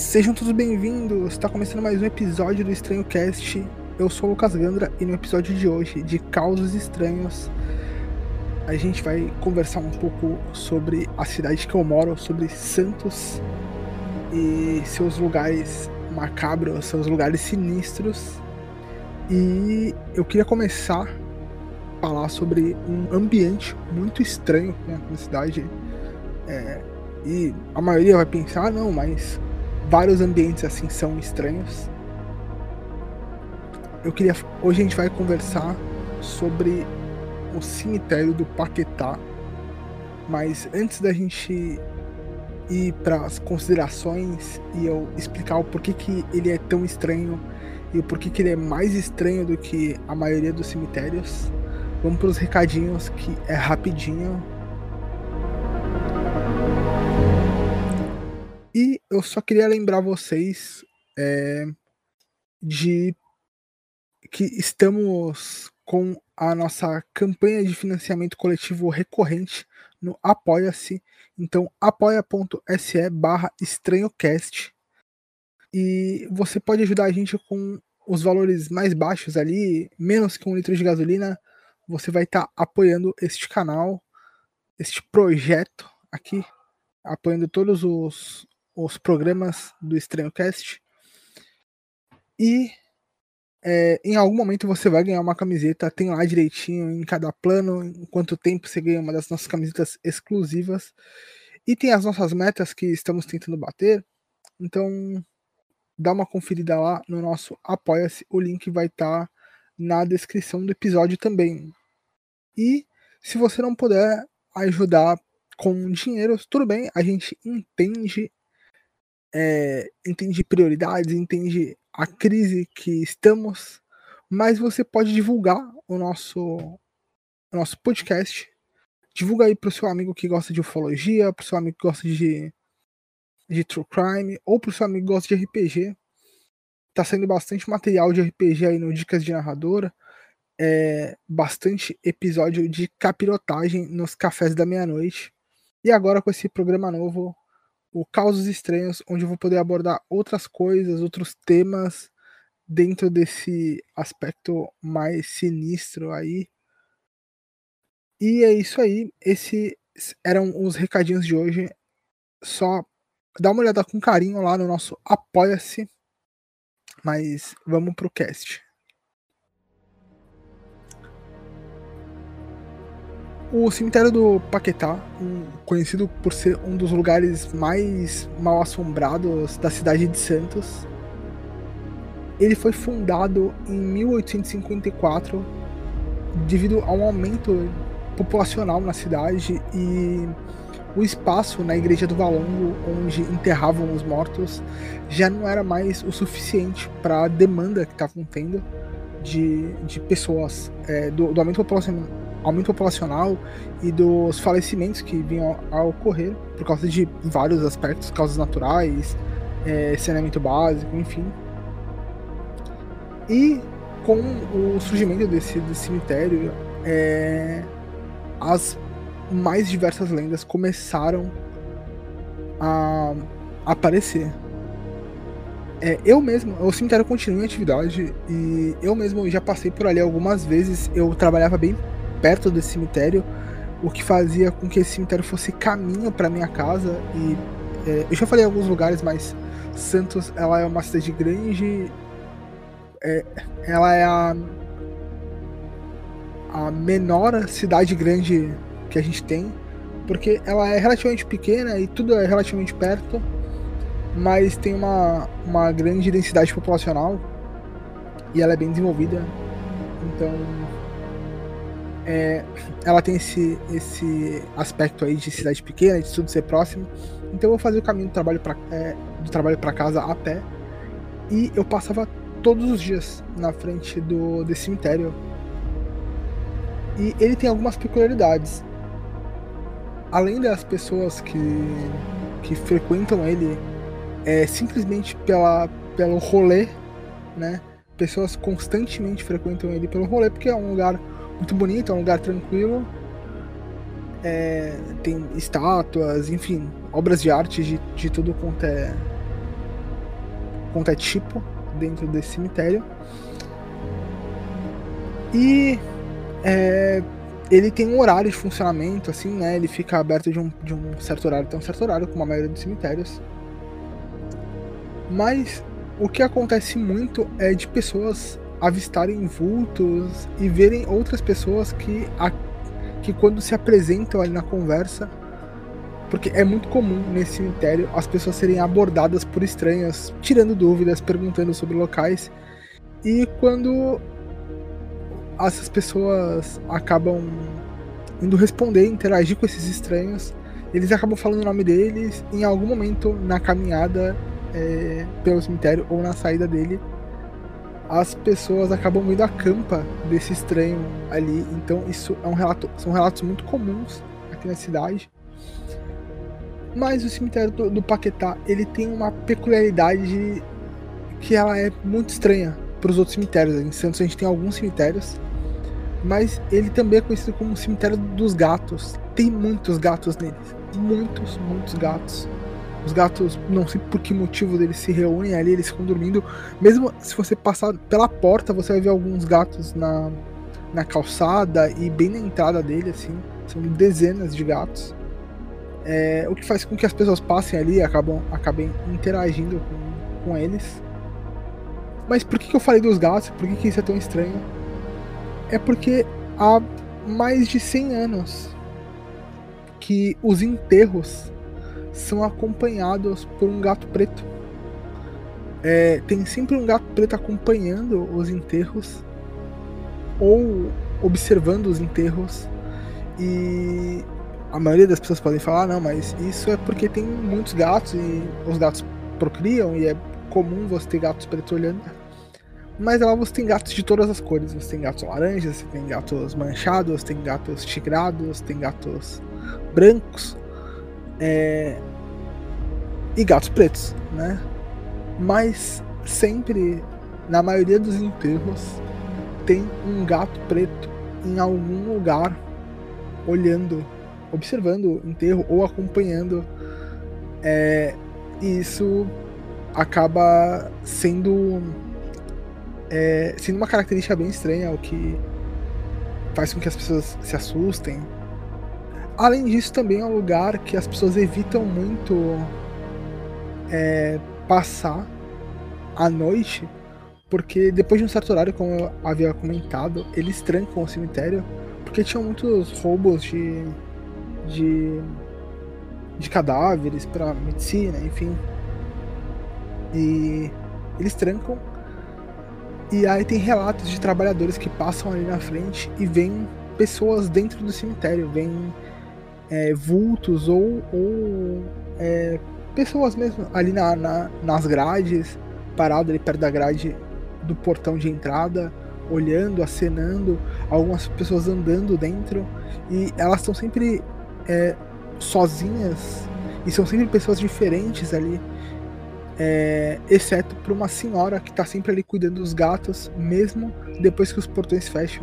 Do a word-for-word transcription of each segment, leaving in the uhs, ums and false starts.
Sejam todos bem-vindos, está começando mais um episódio do Estranho Cast. Eu sou o Lucas Gandra e no episódio de hoje, de Causos Estranhos, a gente vai conversar um pouco sobre a cidade que eu moro, sobre Santos e seus lugares macabros, seus lugares sinistros. E eu queria começar a falar sobre um ambiente muito estranho, né, na cidade. É, e a maioria vai pensar, ah, não, mas vários ambientes assim são estranhos. Eu queria, hoje a gente vai conversar sobre o cemitério do Paquetá, mas antes da gente ir para as considerações e eu explicar o porquê que ele é tão estranho e o porquê que ele é mais estranho do que a maioria dos cemitérios, vamos para os recadinhos, que é rapidinho. E eu só queria lembrar vocês é, de que estamos com a nossa campanha de financiamento coletivo recorrente no Apoia-se. Então, apoia.se barra estranhocast. E você pode ajudar a gente com os valores mais baixos ali, menos que um litro de gasolina. Você vai estar tá apoiando este canal, este projeto aqui, apoiando todos os, os programas do Estranhocast. E É, em algum momento você vai ganhar uma camiseta, tem lá direitinho em cada plano, em quanto tempo você ganha uma das nossas camisetas exclusivas. E tem as nossas metas que estamos tentando bater. Então dá uma conferida lá no nosso Apoia-se, o link vai estar tá na descrição do episódio também. E se você não puder ajudar com dinheiro, tudo bem, a gente entende, é, entende prioridades, entende a crise que estamos, mas você pode divulgar o nosso, o nosso podcast. Divulga aí pro seu amigo que gosta de ufologia, pro seu amigo que gosta de, de true crime, ou pro seu amigo que gosta de R P G. Tá saindo bastante material de R P G aí no Dicas de Narradora. É, bastante episódio de capirotagem nos cafés da meia-noite. E agora com esse programa novo, o Causos Estranhos, onde eu vou poder abordar outras coisas, outros temas dentro desse aspecto mais sinistro aí. E é isso aí, esses eram os recadinhos de hoje. Só dá uma olhada com carinho lá no nosso Apoia-se, mas vamos pro cast. O cemitério do Paquetá, um, conhecido por ser um dos lugares mais mal assombrados da cidade de Santos, ele foi fundado em mil oitocentos e cinquenta e quatro devido a um aumento populacional na cidade e o espaço na igreja do Valongo, onde enterravam os mortos, já não era mais o suficiente para a demanda que estavam tendo de, de pessoas, é, do, do aumento populacional, aumento populacional e dos falecimentos que vinham a ocorrer por causa de vários aspectos, causas naturais, é, saneamento básico, enfim. E com o surgimento desse, desse cemitério, é, as mais diversas lendas começaram a aparecer. É, eu mesmo, o cemitério continua em atividade e eu mesmo já passei por ali algumas vezes. Eu trabalhava bem perto desse cemitério, o que fazia com que esse cemitério fosse caminho para minha casa. E é, eu já falei em alguns lugares, mas Santos, ela é uma cidade grande. É, ela é a, a menor cidade grande que a gente tem, porque ela é relativamente pequena e tudo é relativamente perto, mas tem uma, uma grande densidade populacional e ela é bem desenvolvida. Então é, ela tem esse, esse aspecto aí de cidade pequena, de tudo ser próximo. Então eu vou fazer o caminho do trabalho para é, do trabalho para casa a pé, e eu passava todos os dias na frente do, desse cemitério. E ele tem algumas peculiaridades. Além das pessoas que, que frequentam ele é, simplesmente pela, pelo rolê, né? Pessoas constantemente frequentam ele pelo rolê, porque é um lugar muito bonito, é um lugar tranquilo. É, tem estátuas, enfim, obras de arte de, de tudo quanto é quanto é tipo dentro desse cemitério. E é, ele tem um horário de funcionamento, assim, né? Ele fica aberto de um, de um certo horário até um certo horário, como a maioria dos cemitérios. Mas o que acontece muito é de pessoas avistarem vultos e verem outras pessoas que, a, que quando se apresentam ali na conversa, porque é muito comum nesse cemitério as pessoas serem abordadas por estranhos, tirando dúvidas, perguntando sobre locais, e quando essas pessoas acabam indo responder, interagir com esses estranhos, eles acabam falando o nome deles em algum momento na caminhada é, pelo cemitério ou na saída dele. As pessoas acabam vendo a campa desse estranho ali. Então isso é um relato, são relatos muito comuns aqui na cidade. Mas o cemitério do, do Paquetá, ele tem uma peculiaridade que ela é muito estranha para os outros cemitérios. Em Santos a gente tem alguns cemitérios, mas ele também é conhecido como o cemitério dos gatos. Tem muitos gatos neles, muitos, muitos gatos. Os gatos, não sei por que motivo eles se reúnem ali, eles ficam dormindo. Mesmo se você passar pela porta, você vai ver alguns gatos na, na calçada e bem na entrada dele, assim. São dezenas de gatos. É, o que faz com que as pessoas passem ali e acabam, acabem interagindo com, com eles. Mas por que, que eu falei dos gatos? Por que, que isso é tão estranho? É porque há mais de cem anos que os enterros são acompanhados por um gato preto. É, tem sempre um gato preto acompanhando os enterros ou observando os enterros, e a maioria das pessoas podem falar, não, mas isso é porque tem muitos gatos e os gatos procriam e é comum você ter gatos pretos olhando. Mas lá você tem gatos de todas as cores. Você tem gatos laranjas, você tem gatos manchados, tem gatos tigrados, tem gatos brancos é... e gatos pretos, né? Mas sempre, na maioria dos enterros, tem um gato preto em algum lugar olhando, observando o enterro ou acompanhando. É... E isso acaba sendo É, sendo uma característica bem estranha, o que faz com que as pessoas se assustem. Além disso, também é um lugar que as pessoas evitam muito é, passar à noite, porque depois de um certo horário, como eu havia comentado, eles trancam o cemitério, porque tinham muitos roubos de, de, de cadáveres para medicina, enfim. E eles trancam. E aí tem relatos de trabalhadores que passam ali na frente e veem pessoas dentro do cemitério, veem é, vultos ou, ou é, pessoas mesmo ali na, na, nas grades, parado ali perto da grade do portão de entrada, olhando, acenando, algumas pessoas andando dentro, e elas estão sempre é, sozinhas, e são sempre pessoas diferentes ali. É, exceto por uma senhora que tá sempre ali cuidando dos gatos, mesmo depois que os portões fecham.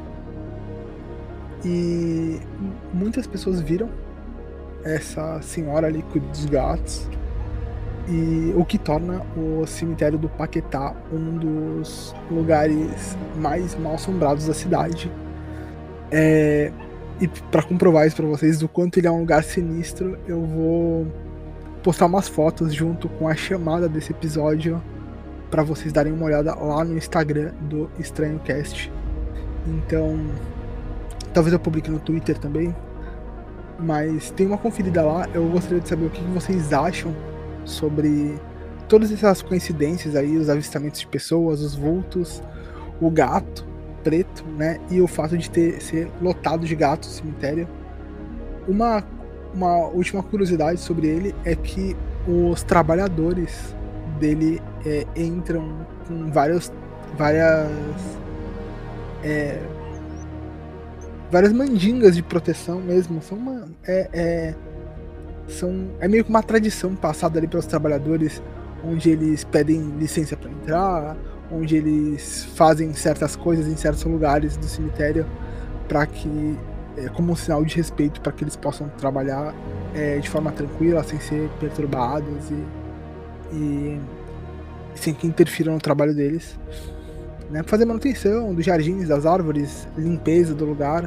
E muitas pessoas viram essa senhora ali cuidando dos gatos, e o que torna o cemitério do Paquetá um dos lugares mais mal assombrados da cidade. É, e para comprovar isso para vocês do quanto ele é um lugar sinistro, eu vou postar umas fotos junto com a chamada desse episódio para vocês darem uma olhada lá no Instagram do Estranho Cast. Então, talvez eu publique no Twitter também, mas tem uma conferida lá. Eu gostaria de saber o que vocês acham sobre todas essas coincidências aí, os avistamentos de pessoas, os vultos, o gato preto, né, e o fato de ter ser lotado de gatos o cemitério. Uma Uma última curiosidade sobre ele é que os trabalhadores dele é, entram com vários, várias é, várias mandingas de proteção mesmo. São uma, é, é, são, é meio que uma tradição passada ali pelos trabalhadores, onde eles pedem licença para entrar, onde eles fazem certas coisas em certos lugares do cemitério para que É, como um sinal de respeito para que eles possam trabalhar é, de forma tranquila, sem ser perturbados e, e sem que interfira no trabalho deles, né? Fazer manutenção dos jardins, das árvores, limpeza do lugar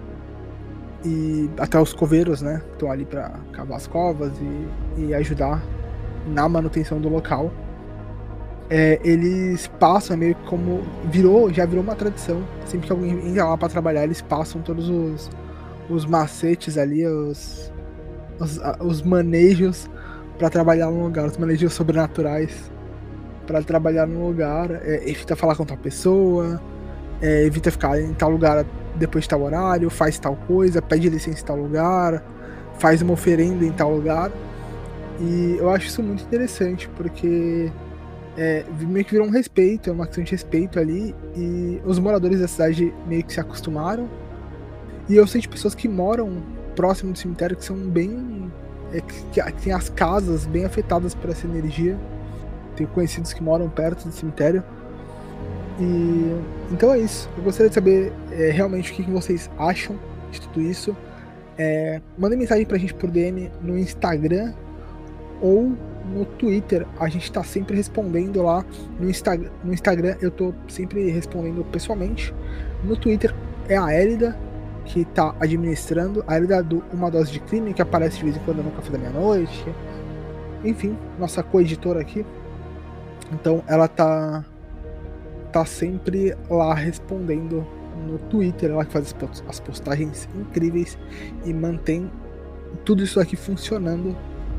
e até os coveiros, né? Estão ali para cavar as covas e, e ajudar na manutenção do local. É, eles passam meio que como virou, já virou uma tradição. Sempre que alguém entra lá para trabalhar, eles passam todos os, os macetes ali, os, os, os manejos para trabalhar no lugar, os manejos sobrenaturais para trabalhar no lugar. É, evita falar com tal pessoa, é, evita ficar em tal lugar depois de tal horário, faz tal coisa, pede licença em tal lugar, faz uma oferenda em tal lugar. E eu acho isso muito interessante, porque é, meio que virou um respeito, é uma questão de respeito ali, e os moradores da cidade meio que se acostumaram. E eu sei de pessoas que moram próximo do cemitério que são bem. É, que, que tem as casas bem afetadas por essa energia. Tenho conhecidos que moram perto do cemitério. E então é isso. Eu gostaria de saber é, realmente o que, que vocês acham de tudo isso. É, mandem mensagem pra gente por D M no Instagram ou no Twitter. A gente tá sempre respondendo lá. No, Insta no Instagram eu tô sempre respondendo pessoalmente. No Twitter é a Elida que tá administrando. A Elida do Uma Dose de Crime, que aparece de vez em quando no Café da Meia-Noite. Enfim, nossa co-editora aqui. Então ela tá, tá sempre lá respondendo no Twitter. Ela que faz as postagens incríveis e mantém tudo isso aqui funcionando.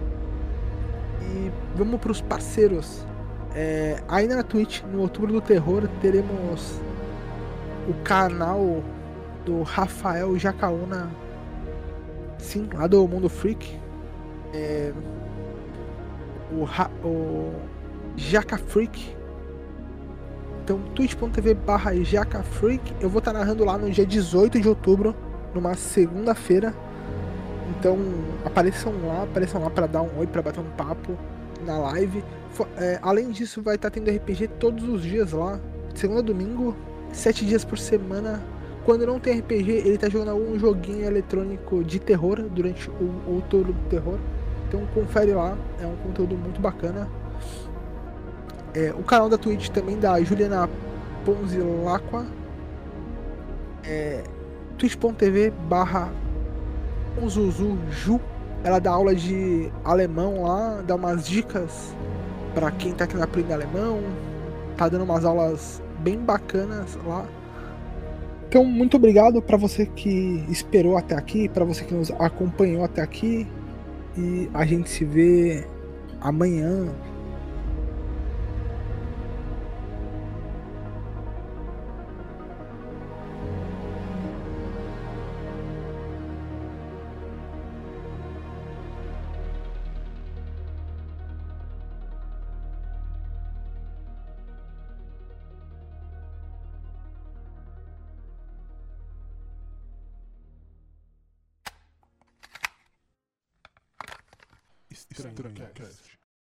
E vamos para os parceiros. É, ainda na Twitch, no Outubro do Terror, teremos o canal do Rafael Jacaúna, sim, lá do Mundo Freak. É, o, o Jaca Freak. Então, twitch ponto tv barra Jaca Freak. Eu vou estar narrando lá no dia dezoito de outubro, numa segunda-feira. Então, apareçam lá, apareçam lá para dar um oi, para bater um papo na live. É, além disso, vai estar tendo R P G todos os dias lá, de segunda a domingo, sete dias por semana. Quando não tem R P G, ele tá jogando algum joguinho eletrônico de terror durante o Outubro do Terror. Então confere lá, é um conteúdo muito bacana. É, o canal da Twitch também da Juliana Ponzilacqua, é twitch ponto tv barra Ponzuzuju. Ela dá aula de alemão lá, dá umas dicas para quem tá querendo aprender alemão. Tá dando umas aulas bem bacanas lá. Então, muito obrigado para você que esperou até aqui, para você que nos acompanhou até aqui. E a gente se vê amanhã. Estranho Cast.